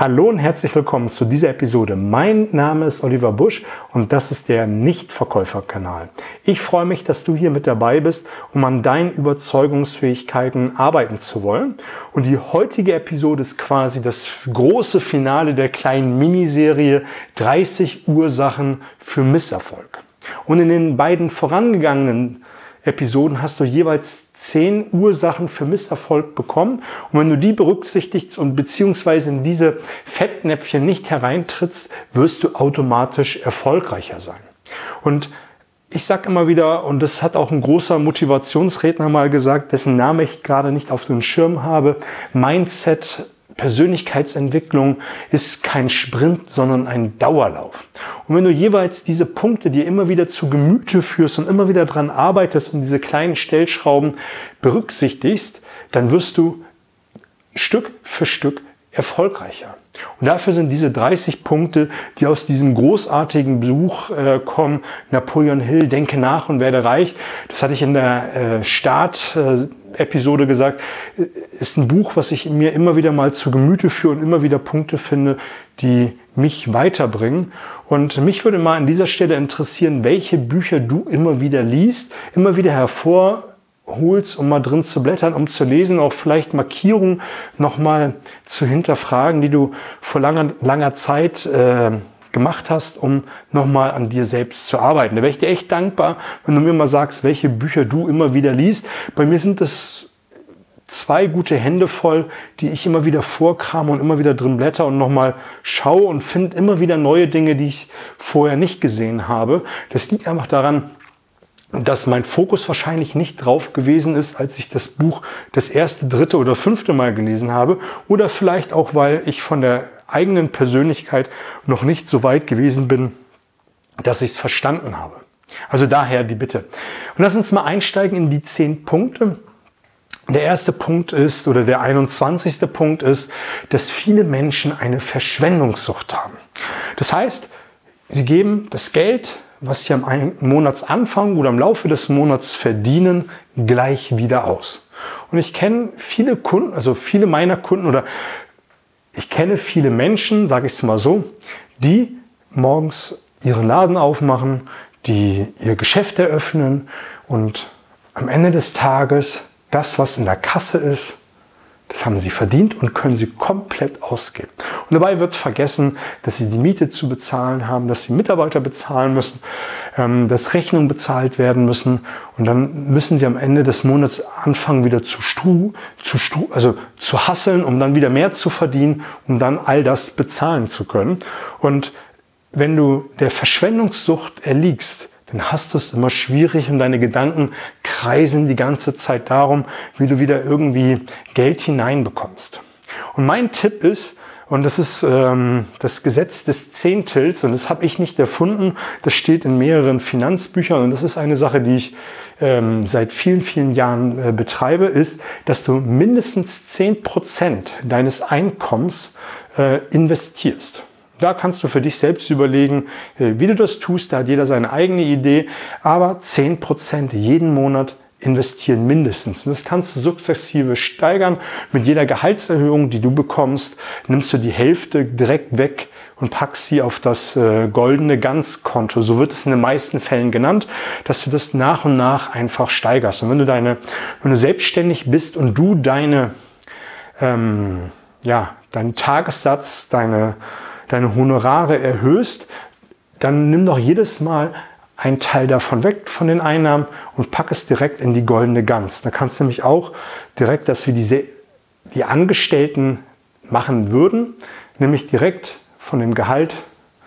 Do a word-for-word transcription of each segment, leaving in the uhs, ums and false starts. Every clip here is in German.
Hallo und herzlich willkommen zu dieser Episode. Mein Name ist Oliver Busch und das ist der Nichtverkäufer-Kanal. Ich freue mich, dass du hier mit dabei bist, um an deinen Überzeugungsfähigkeiten arbeiten zu wollen. Und die heutige Episode ist quasi das große Finale der kleinen Miniserie dreißig Ursachen für Misserfolg. Und in den beiden vorangegangenen Episoden hast du jeweils zehn Ursachen für Misserfolg bekommen. Und wenn du die berücksichtigst und beziehungsweise in diese Fettnäpfchen nicht hereintrittst, wirst du automatisch erfolgreicher sein. Und ich sage immer wieder, und das hat auch ein großer Motivationsredner mal gesagt, dessen Name ich gerade nicht auf dem Schirm habe, Mindset, Persönlichkeitsentwicklung ist kein Sprint, sondern ein Dauerlauf. Und wenn du jeweils diese Punkte dir immer wieder zu Gemüte führst und immer wieder dran arbeitest und diese kleinen Stellschrauben berücksichtigst, dann wirst du Stück für Stück erfolgreicher. Und dafür sind diese dreißig Punkte, die aus diesem großartigen Buch äh, kommen, Napoleon Hill, Denke nach und werde reich. Das hatte ich in der äh, Start-Episode äh, gesagt, ist ein Buch, was ich mir immer wieder mal zu Gemüte führe und immer wieder Punkte finde, die mich weiterbringen. Und mich würde mal an dieser Stelle interessieren, welche Bücher du immer wieder liest, immer wieder hervor holst, um mal drin zu blättern, um zu lesen, auch vielleicht Markierungen nochmal zu hinterfragen, die du vor langer, langer Zeit äh, gemacht hast, um nochmal an dir selbst zu arbeiten. Da wäre ich dir echt dankbar, wenn du mir mal sagst, welche Bücher du immer wieder liest. Bei mir sind es zwei gute Hände voll, die ich immer wieder vorkrame und immer wieder drin blätter und nochmal schaue und finde immer wieder neue Dinge, die ich vorher nicht gesehen habe. Das liegt einfach daran, dass mein Fokus wahrscheinlich nicht drauf gewesen ist, als ich das Buch das erste, dritte oder fünfte Mal gelesen habe. Oder vielleicht auch, weil ich von der eigenen Persönlichkeit noch nicht so weit gewesen bin, dass ich es verstanden habe. Also daher die Bitte. Und lass uns mal einsteigen in die zehn Punkte. Der erste Punkt ist, oder der einundzwanzigste Punkt ist, dass viele Menschen eine Verschwendungssucht haben. Das heißt, sie geben das Geld, was sie am Monatsanfang oder im Laufe des Monats verdienen, gleich wieder aus. Und ich kenne viele Kunden, also viele meiner Kunden oder ich kenne viele Menschen, sage ich es mal so, die morgens ihren Laden aufmachen, die ihr Geschäft eröffnen und am Ende des Tages das, was in der Kasse ist, das haben sie verdient und können sie komplett ausgeben. Und dabei wird vergessen, dass sie die Miete zu bezahlen haben, dass sie Mitarbeiter bezahlen müssen, dass Rechnungen bezahlt werden müssen. Und dann müssen sie am Ende des Monats anfangen, wieder zu stru, zu stru, also zu hasseln, um dann wieder mehr zu verdienen, um dann all das bezahlen zu können. Und wenn du der Verschwendungssucht erliegst, dann hast du es immer schwierig und deine Gedanken kreisen die ganze Zeit darum, wie du wieder irgendwie Geld hineinbekommst. Und mein Tipp ist, und das ist ähm, das Gesetz des Zehntels, und das habe ich nicht erfunden, das steht in mehreren Finanzbüchern und das ist eine Sache, die ich ähm, seit vielen, vielen Jahren äh, betreibe, ist, dass du mindestens zehn Prozent deines Einkommens äh, investierst. Da kannst du für dich selbst überlegen, wie du das tust. Da hat jeder seine eigene Idee. Aber zehn Prozent jeden Monat investieren mindestens. Und das kannst du sukzessive steigern. Mit jeder Gehaltserhöhung, die du bekommst, nimmst du die Hälfte direkt weg und packst sie auf das äh, goldene Ganzkonto. So wird es in den meisten Fällen genannt, dass du das nach und nach einfach steigerst. Und wenn du deine, wenn du selbstständig bist und du deine, ähm, ja, deinen Tagessatz, deine deine Honorare erhöhst, dann nimm doch jedes Mal einen Teil davon weg von den Einnahmen und pack es direkt in die goldene Gans. Da kannst du nämlich auch direkt, dass wir die, die Angestellten machen würden, nämlich direkt von dem Gehalt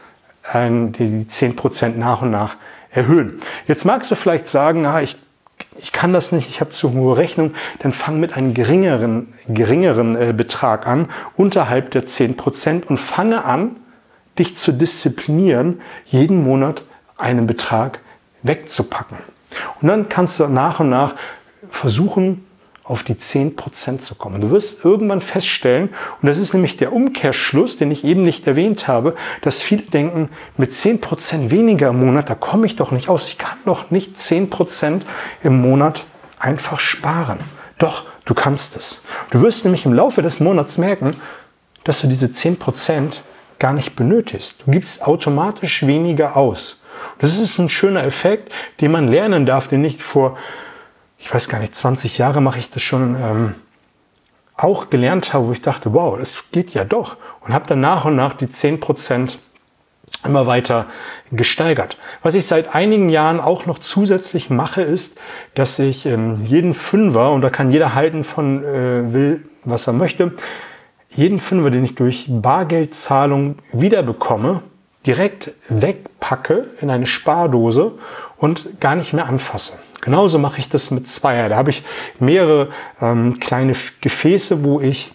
ein, die zehn Prozent nach und nach erhöhen. Jetzt magst du vielleicht sagen, ah, ich Ich kann das nicht, ich habe zu hohe Rechnung, dann fang mit einem geringeren, geringeren äh, Betrag an, unterhalb der zehn Prozent und fange an, dich zu disziplinieren, jeden Monat einen Betrag wegzupacken. Und dann kannst du nach und nach versuchen, auf die zehn Prozent zu kommen. Du wirst irgendwann feststellen, und das ist nämlich der Umkehrschluss, den ich eben nicht erwähnt habe, dass viele denken, mit zehn Prozent weniger im Monat, da komme ich doch nicht aus. Ich kann doch nicht zehn Prozent im Monat einfach sparen. Doch, du kannst es. Du wirst nämlich im Laufe des Monats merken, dass du diese zehn Prozent gar nicht benötigst. Du gibst automatisch weniger aus. Das ist ein schöner Effekt, den man lernen darf, den nicht vor, ich weiß gar nicht, zwanzig Jahre mache ich das schon, ähm, auch gelernt habe, wo ich dachte, wow, das geht ja doch. Und habe dann nach und nach die zehn Prozent immer weiter gesteigert. Was ich seit einigen Jahren auch noch zusätzlich mache, ist, dass ich ähm, jeden Fünfer, und da kann jeder halten von äh, will, was er möchte, jeden Fünfer, den ich durch Bargeldzahlung wiederbekomme, direkt wegpacke in eine Spardose und gar nicht mehr anfasse. Genauso mache ich das mit Zweier. Da habe ich mehrere ähm, kleine Gefäße, wo ich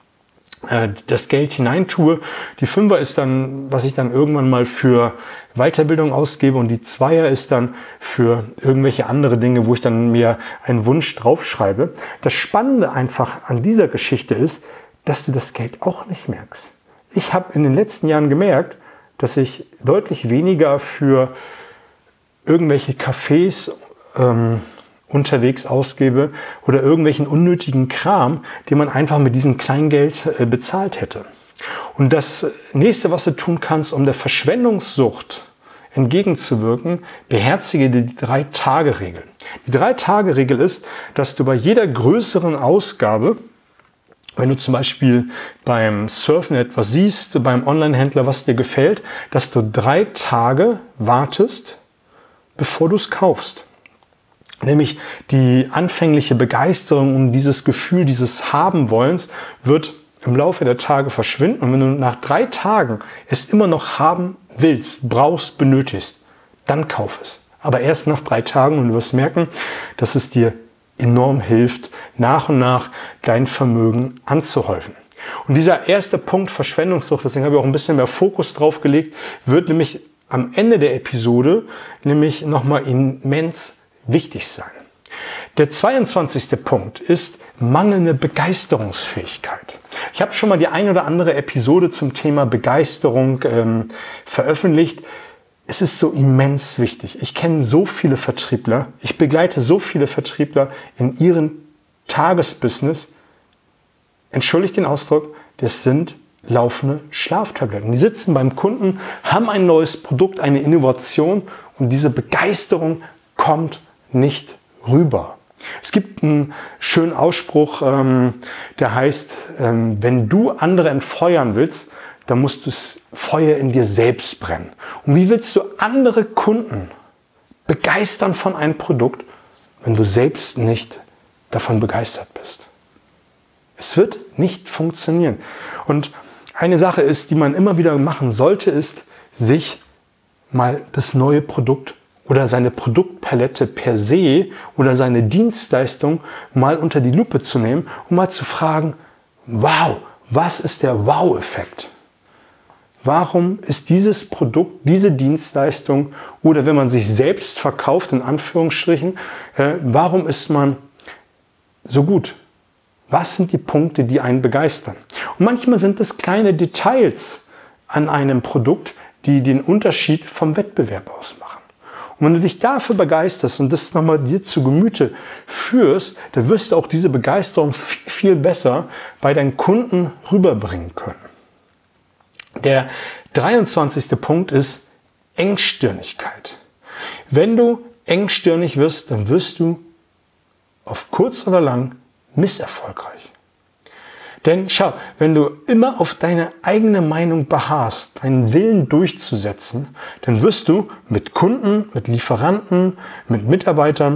äh, das Geld hineintue. Die Fünfer ist dann, was ich dann irgendwann mal für Weiterbildung ausgebe, und die Zweier ist dann für irgendwelche andere Dinge, wo ich dann mir einen Wunsch draufschreibe. Das Spannende einfach an dieser Geschichte ist, dass du das Geld auch nicht merkst. Ich habe in den letzten Jahren gemerkt, dass ich deutlich weniger für irgendwelche Cafés ähm, unterwegs ausgebe oder irgendwelchen unnötigen Kram, den man einfach mit diesem Kleingeld äh, bezahlt hätte. Und das nächste, was du tun kannst, um der Verschwendungssucht entgegenzuwirken, beherzige die Drei-Tage-Regel. Die Drei-Tage-Regel ist, dass du bei jeder größeren Ausgabe, wenn du zum Beispiel beim Surfen etwas siehst, beim Online-Händler, was dir gefällt, dass du drei Tage wartest, bevor du es kaufst. Nämlich die anfängliche Begeisterung und dieses Gefühl dieses Haben-Wollens wird im Laufe der Tage verschwinden. Und wenn du nach drei Tagen es immer noch haben willst, brauchst, benötigst, dann kauf es. Aber erst nach drei Tagen, und du wirst merken, dass es dir enorm hilft, nach und nach dein Vermögen anzuhäufen. Und dieser erste Punkt, Verschwendungssucht, deswegen habe ich auch ein bisschen mehr Fokus drauf gelegt, wird nämlich am Ende der Episode nämlich nochmal immens wichtig sein. Der zweiundzwanzigste Punkt ist mangelnde Begeisterungsfähigkeit. Ich habe schon mal die ein oder andere Episode zum Thema Begeisterung ähm, veröffentlicht. Es ist so immens wichtig. Ich kenne so viele Vertriebler, ich begleite so viele Vertriebler in ihrem Tagesbusiness. Entschuldigt den Ausdruck, das sind laufende Schlaftabletten. Die sitzen beim Kunden, haben ein neues Produkt, eine Innovation, und diese Begeisterung kommt nicht rüber. Es gibt einen schönen Ausspruch, ähm, der heißt, ähm, wenn du andere entfeuern willst, dann musst du das Feuer in dir selbst brennen. Und wie willst du andere Kunden begeistern von einem Produkt, wenn du selbst nicht davon begeistert bist? Es wird nicht funktionieren. Und eine Sache ist, die man immer wieder machen sollte, ist, sich mal das neue Produkt oder seine Produktpalette per se oder seine Dienstleistung mal unter die Lupe zu nehmen und mal zu fragen, wow, was ist der Wow-Effekt? Warum ist dieses Produkt, diese Dienstleistung, oder wenn man sich selbst verkauft, in Anführungsstrichen, äh, warum ist man so gut? Was sind die Punkte, die einen begeistern? Und manchmal sind es kleine Details an einem Produkt, die den Unterschied vom Wettbewerb ausmachen. Und wenn du dich dafür begeisterst und das nochmal dir zu Gemüte führst, dann wirst du auch diese Begeisterung viel, viel besser bei deinen Kunden rüberbringen können. Der dreiundzwanzigste Punkt ist Engstirnigkeit. Wenn du engstirnig wirst, dann wirst du auf kurz oder lang misserfolgreich. Denn schau, wenn du immer auf deine eigene Meinung beharrst, deinen Willen durchzusetzen, dann wirst du mit Kunden, mit Lieferanten, mit Mitarbeitern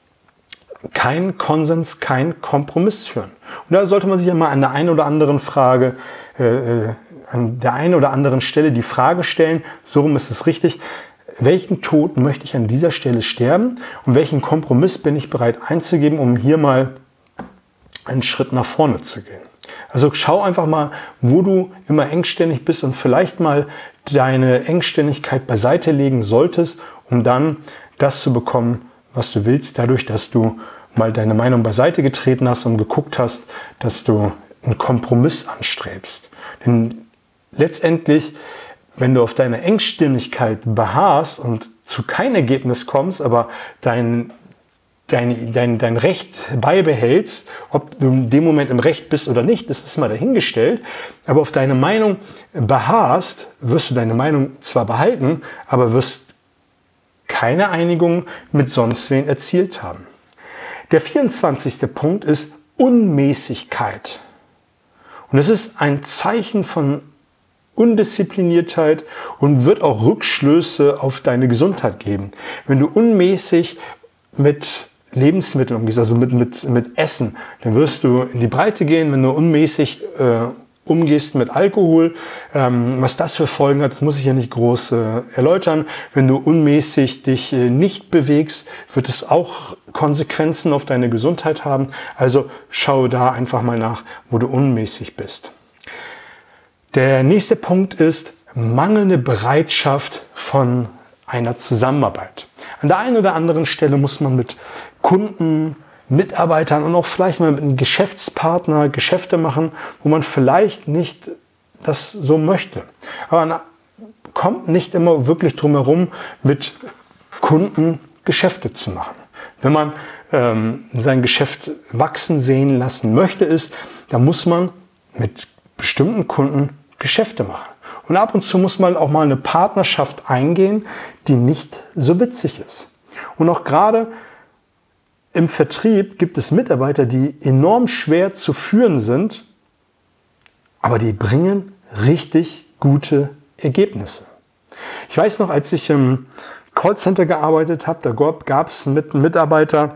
keinen Konsens, keinen Kompromiss führen. Und da sollte man sich ja mal an der einen oder anderen Frage, äh, an der einen oder anderen Stelle die Frage stellen, so rum ist es richtig, welchen Tod möchte ich an dieser Stelle sterben und welchen Kompromiss bin ich bereit einzugeben, um hier mal einen Schritt nach vorne zu gehen. Also schau einfach mal, wo du immer engstirnig bist und vielleicht mal deine Engstirnigkeit beiseite legen solltest, um dann das zu bekommen, was du willst, dadurch, dass du mal deine Meinung beiseite getreten hast und geguckt hast, dass du einen Kompromiss anstrebst. Denn letztendlich, wenn du auf deine Engstirnigkeit beharrst und zu keinem Ergebnis kommst, aber dein dein, dein, dein Recht beibehältst, ob du in dem Moment im Recht bist oder nicht, das ist mal dahingestellt, aber auf deine Meinung beharrst, wirst du deine Meinung zwar behalten, aber wirst keine Einigung mit sonst wen erzielt haben. Der vierundzwanzigste Punkt ist Unmäßigkeit. Und es ist ein Zeichen von Undiszipliniertheit und wird auch Rückschlüsse auf deine Gesundheit geben. Wenn du unmäßig mit Lebensmitteln umgehst, also mit, mit, mit Essen, dann wirst du in die Breite gehen. Wenn du unmäßig äh, umgehst mit Alkohol, ähm, was das für Folgen hat, das muss ich ja nicht groß äh, erläutern. Wenn du unmäßig dich äh, nicht bewegst, wird es auch Konsequenzen auf deine Gesundheit haben. Also schau da einfach mal nach, wo du unmäßig bist. Der nächste Punkt ist mangelnde Bereitschaft von einer Zusammenarbeit. An der einen oder anderen Stelle muss man mit Kunden, Mitarbeitern und auch vielleicht mal mit einem Geschäftspartner Geschäfte machen, wo man vielleicht nicht das so möchte. Aber man kommt nicht immer wirklich drum herum, mit Kunden Geschäfte zu machen. Wenn man ähm, sein Geschäft wachsen sehen lassen möchte, ist, dann muss man mit bestimmten Kunden Geschäfte machen. Und ab und zu muss man auch mal eine Partnerschaft eingehen, die nicht so witzig ist. Und auch gerade im Vertrieb gibt es Mitarbeiter, die enorm schwer zu führen sind, aber die bringen richtig gute Ergebnisse. Ich weiß noch, als ich im Callcenter gearbeitet habe, da gab es einen Mitarbeiter,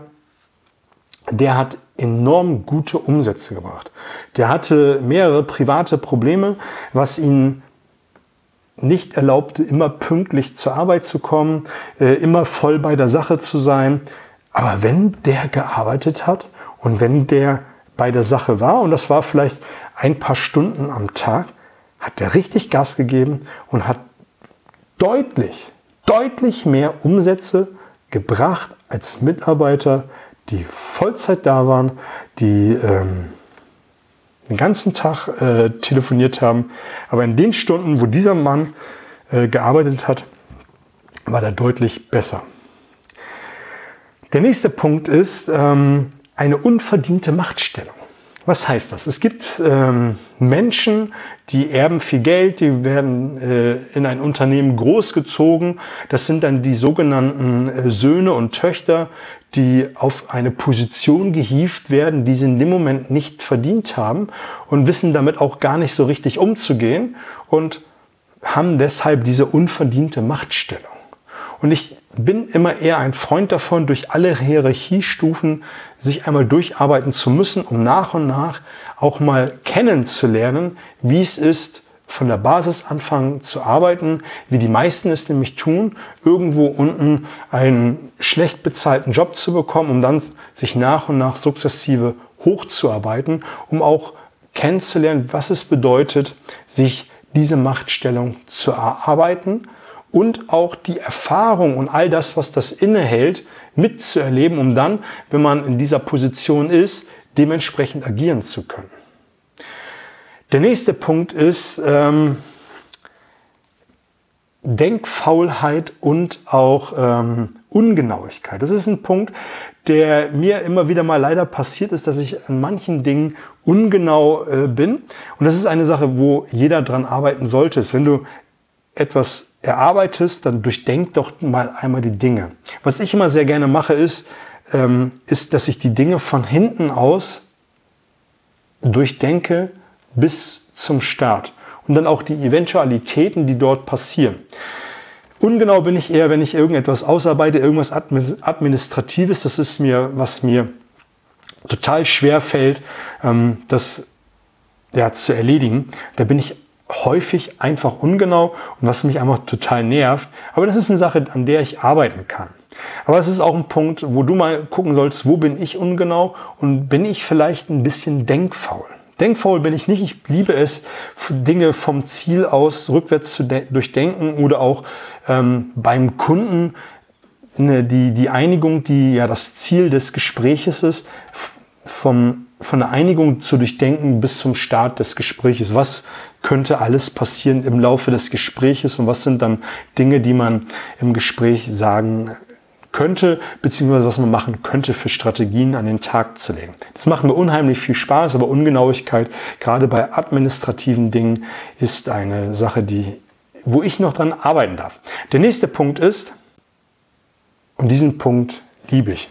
der hat enorm gute Umsätze gebracht. Der hatte mehrere private Probleme, was ihn nicht erlaubte, immer pünktlich zur Arbeit zu kommen, immer voll bei der Sache zu sein. Aber wenn der gearbeitet hat und wenn der bei der Sache war, und das war vielleicht ein paar Stunden am Tag, hat der richtig Gas gegeben und hat deutlich, deutlich mehr Umsätze gebracht als Mitarbeiter, die Vollzeit da waren, die ähm, den ganzen Tag äh, telefoniert haben. Aber in den Stunden, wo dieser Mann äh, gearbeitet hat, war der deutlich besser. Der nächste Punkt ist ähm, eine unverdiente Machtstellung. Was heißt das? Es gibt ähm, Menschen, die erben viel Geld, die werden äh, in ein Unternehmen großgezogen. Das sind dann die sogenannten äh, Söhne und Töchter, die auf eine Position gehievt werden, die sie in dem Moment nicht verdient haben und wissen damit auch gar nicht so richtig umzugehen und haben deshalb diese unverdiente Machtstellung. Und ich bin immer eher ein Freund davon, durch alle Hierarchiestufen sich einmal durcharbeiten zu müssen, um nach und nach auch mal kennenzulernen, wie es ist, von der Basis anfangen zu arbeiten, wie die meisten es nämlich tun, irgendwo unten einen schlecht bezahlten Job zu bekommen, um dann sich nach und nach sukzessive hochzuarbeiten, um auch kennenzulernen, was es bedeutet, sich diese Machtstellung zu erarbeiten und auch die Erfahrung und all das, was das innehält, mitzuerleben, um dann, wenn man in dieser Position ist, dementsprechend agieren zu können. Der nächste Punkt ist ähm, Denkfaulheit und auch ähm, Ungenauigkeit. Das ist ein Punkt, der mir immer wieder mal leider passiert ist, dass ich an manchen Dingen ungenau äh, bin. Und das ist eine Sache, wo jeder dran arbeiten sollte. Wenn du etwas erarbeitest, dann durchdenk doch mal einmal die Dinge. Was ich immer sehr gerne mache, ist, ähm, ist, dass ich die Dinge von hinten aus durchdenke bis zum Start und dann auch die Eventualitäten, die dort passieren. Ungenau bin ich eher, wenn ich irgendetwas ausarbeite, irgendwas Administratives, das ist mir, was mir total schwer fällt, ähm, das ja, zu erledigen. Da bin ich häufig einfach ungenau und was mich einfach total nervt. Aber das ist eine Sache, an der ich arbeiten kann. Aber es ist auch ein Punkt, wo du mal gucken sollst, wo bin ich ungenau und bin ich vielleicht ein bisschen denkfaul. Denkfaul bin ich nicht. Ich liebe es, Dinge vom Ziel aus rückwärts zu durchdenken oder auch ähm, beim Kunden eine, die, die Einigung, die ja das Ziel des Gespräches ist, vom, von der Einigung zu durchdenken bis zum Start des Gespräches. Was könnte alles passieren im Laufe des Gespräches und was sind dann Dinge, die man im Gespräch sagen könnte, beziehungsweise was man machen könnte für Strategien an den Tag zu legen. Das macht mir unheimlich viel Spaß, aber Ungenauigkeit, gerade bei administrativen Dingen, ist eine Sache, die, wo ich noch dran arbeiten darf. Der nächste Punkt ist, und diesen Punkt liebe ich,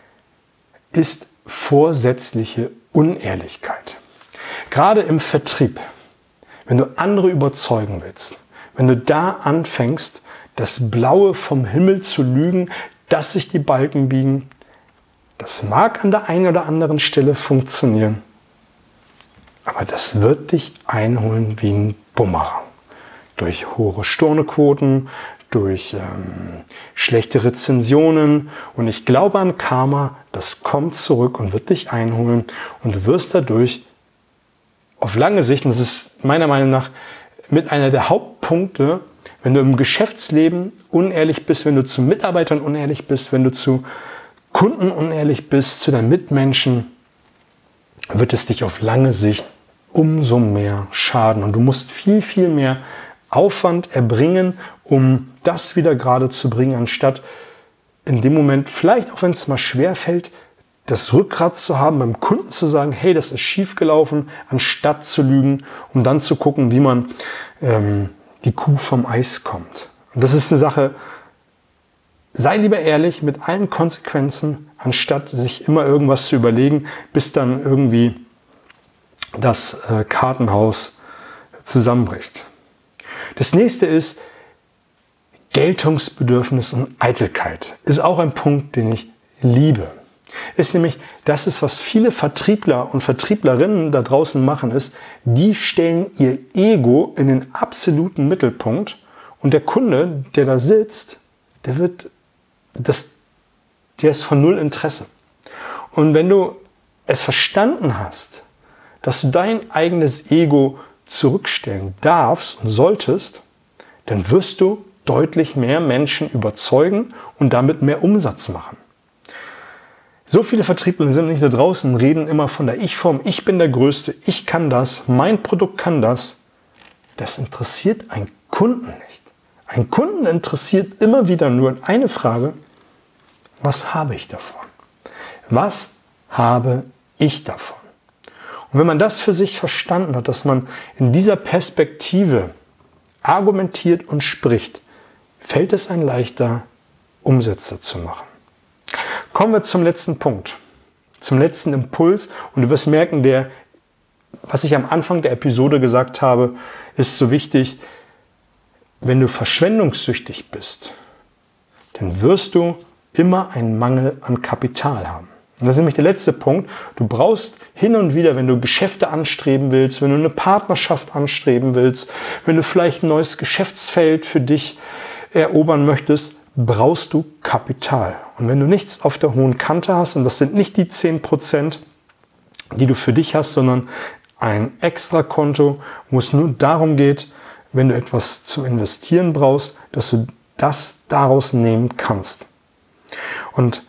ist vorsätzliche Unehrlichkeit. Gerade im Vertrieb, wenn du andere überzeugen willst, wenn du da anfängst, das Blaue vom Himmel zu lügen, dass sich die Balken biegen, das mag an der einen oder anderen Stelle funktionieren, aber das wird dich einholen wie ein Bumerang. Durch hohe Stornoquoten, durch ähm, schlechte Rezensionen, und ich glaube an Karma, das kommt zurück und wird dich einholen, und du wirst dadurch auf lange Sicht, und das ist meiner Meinung nach mit einer der Hauptpunkte, wenn du im Geschäftsleben unehrlich bist, wenn du zu Mitarbeitern unehrlich bist, wenn du zu Kunden unehrlich bist, zu deinen Mitmenschen, wird es dich auf lange Sicht umso mehr schaden. Und du musst viel, viel mehr Aufwand erbringen, um das wieder gerade zu bringen, anstatt in dem Moment, vielleicht auch wenn es mal schwer fällt, das Rückgrat zu haben, beim Kunden zu sagen, hey, das ist schief gelaufen, anstatt zu lügen, um dann zu gucken, wie man ähm, die Kuh vom Eis kommt. Und das ist eine Sache, sei lieber ehrlich mit allen Konsequenzen, anstatt sich immer irgendwas zu überlegen, bis dann irgendwie das äh, Kartenhaus zusammenbricht. Das nächste ist Geltungsbedürfnis und Eitelkeit. Ist auch ein Punkt, den ich liebe. Ist nämlich, das ist, was viele Vertriebler und Vertrieblerinnen da draußen machen, ist, die stellen ihr Ego in den absoluten Mittelpunkt, und der Kunde, der da sitzt, der wird, das, der ist von null Interesse. Und wenn du es verstanden hast, dass du dein eigenes Ego zurückstellen darfst und solltest, dann wirst du deutlich mehr Menschen überzeugen und damit mehr Umsatz machen. So viele Vertriebler sind nicht da draußen und reden immer von der Ich-Form, ich bin der Größte, ich kann das, mein Produkt kann das. Das interessiert einen Kunden nicht. Ein Kunden interessiert immer wieder nur eine Frage: Was habe ich davon? Was habe ich davon? Und wenn man das für sich verstanden hat, dass man in dieser Perspektive argumentiert und spricht, fällt es einem leichter, Umsätze zu machen. Kommen wir zum letzten Punkt, zum letzten Impuls, und du wirst merken, der, was ich am Anfang der Episode gesagt habe, ist so wichtig. Wenn du verschwendungssüchtig bist, dann wirst du immer einen Mangel an Kapital haben. Und das ist nämlich der letzte Punkt. Du brauchst hin und wieder, wenn du Geschäfte anstreben willst, wenn du eine Partnerschaft anstreben willst, wenn du vielleicht ein neues Geschäftsfeld für dich erobern möchtest, brauchst du Kapital. Und wenn du nichts auf der hohen Kante hast, und das sind nicht die zehn Prozent, die du für dich hast, sondern ein Extrakonto, wo es nur darum geht, wenn du etwas zum Investieren brauchst, dass du das daraus nehmen kannst. Und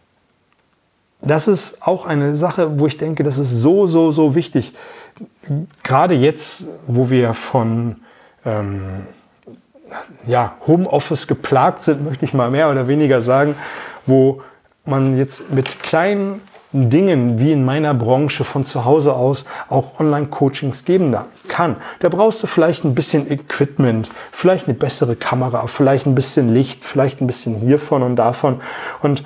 das ist auch eine Sache, wo ich denke, das ist so, so, so wichtig. Gerade jetzt, wo wir von ähm, ja, Homeoffice geplagt sind, möchte ich mal mehr oder weniger sagen, wo man jetzt mit kleinen Dingen wie in meiner Branche von zu Hause aus auch Online-Coachings geben kann. Da brauchst du vielleicht ein bisschen Equipment, vielleicht eine bessere Kamera, vielleicht ein bisschen Licht, vielleicht ein bisschen hiervon und davon. Und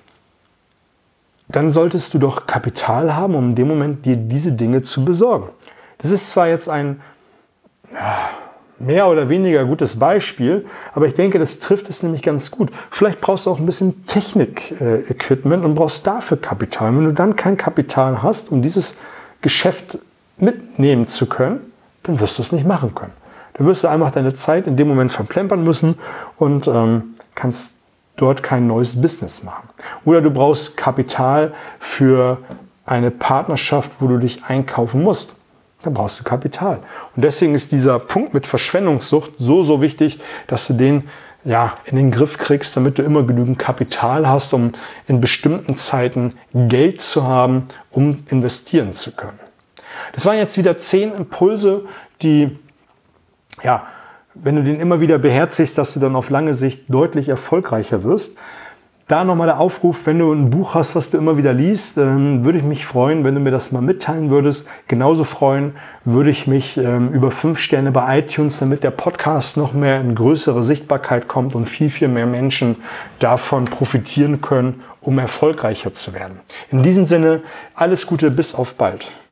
dann solltest du doch Kapital haben, um in dem Moment dir diese Dinge zu besorgen. Das ist zwar jetzt ein ja, mehr oder weniger gutes Beispiel, aber ich denke, das trifft es nämlich ganz gut. Vielleicht brauchst du auch ein bisschen Technik-Equipment und brauchst dafür Kapital. Wenn du dann kein Kapital hast, um dieses Geschäft mitnehmen zu können, dann wirst du es nicht machen können. Dann wirst du einfach deine Zeit in dem Moment verplempern müssen und ähm, kannst dort kein neues Business machen. Oder du brauchst Kapital für eine Partnerschaft, wo du dich einkaufen musst. Dann brauchst du Kapital. Und deswegen ist dieser Punkt mit Verschwendungssucht so, so wichtig, dass du den ja, in den Griff kriegst, damit du immer genügend Kapital hast, um in bestimmten Zeiten Geld zu haben, um investieren zu können. Das waren jetzt wieder zehn Impulse, die, ja, wenn du den immer wieder beherzigst, dass du dann auf lange Sicht deutlich erfolgreicher wirst. Da nochmal der Aufruf, wenn du ein Buch hast, was du immer wieder liest, ähm, würde ich mich freuen, wenn du mir das mal mitteilen würdest. Genauso freuen würde ich mich ähm, über fünf Sterne bei iTunes, damit der Podcast noch mehr in größere Sichtbarkeit kommt und viel, viel mehr Menschen davon profitieren können, um erfolgreicher zu werden. In diesem Sinne, alles Gute, bis auf bald.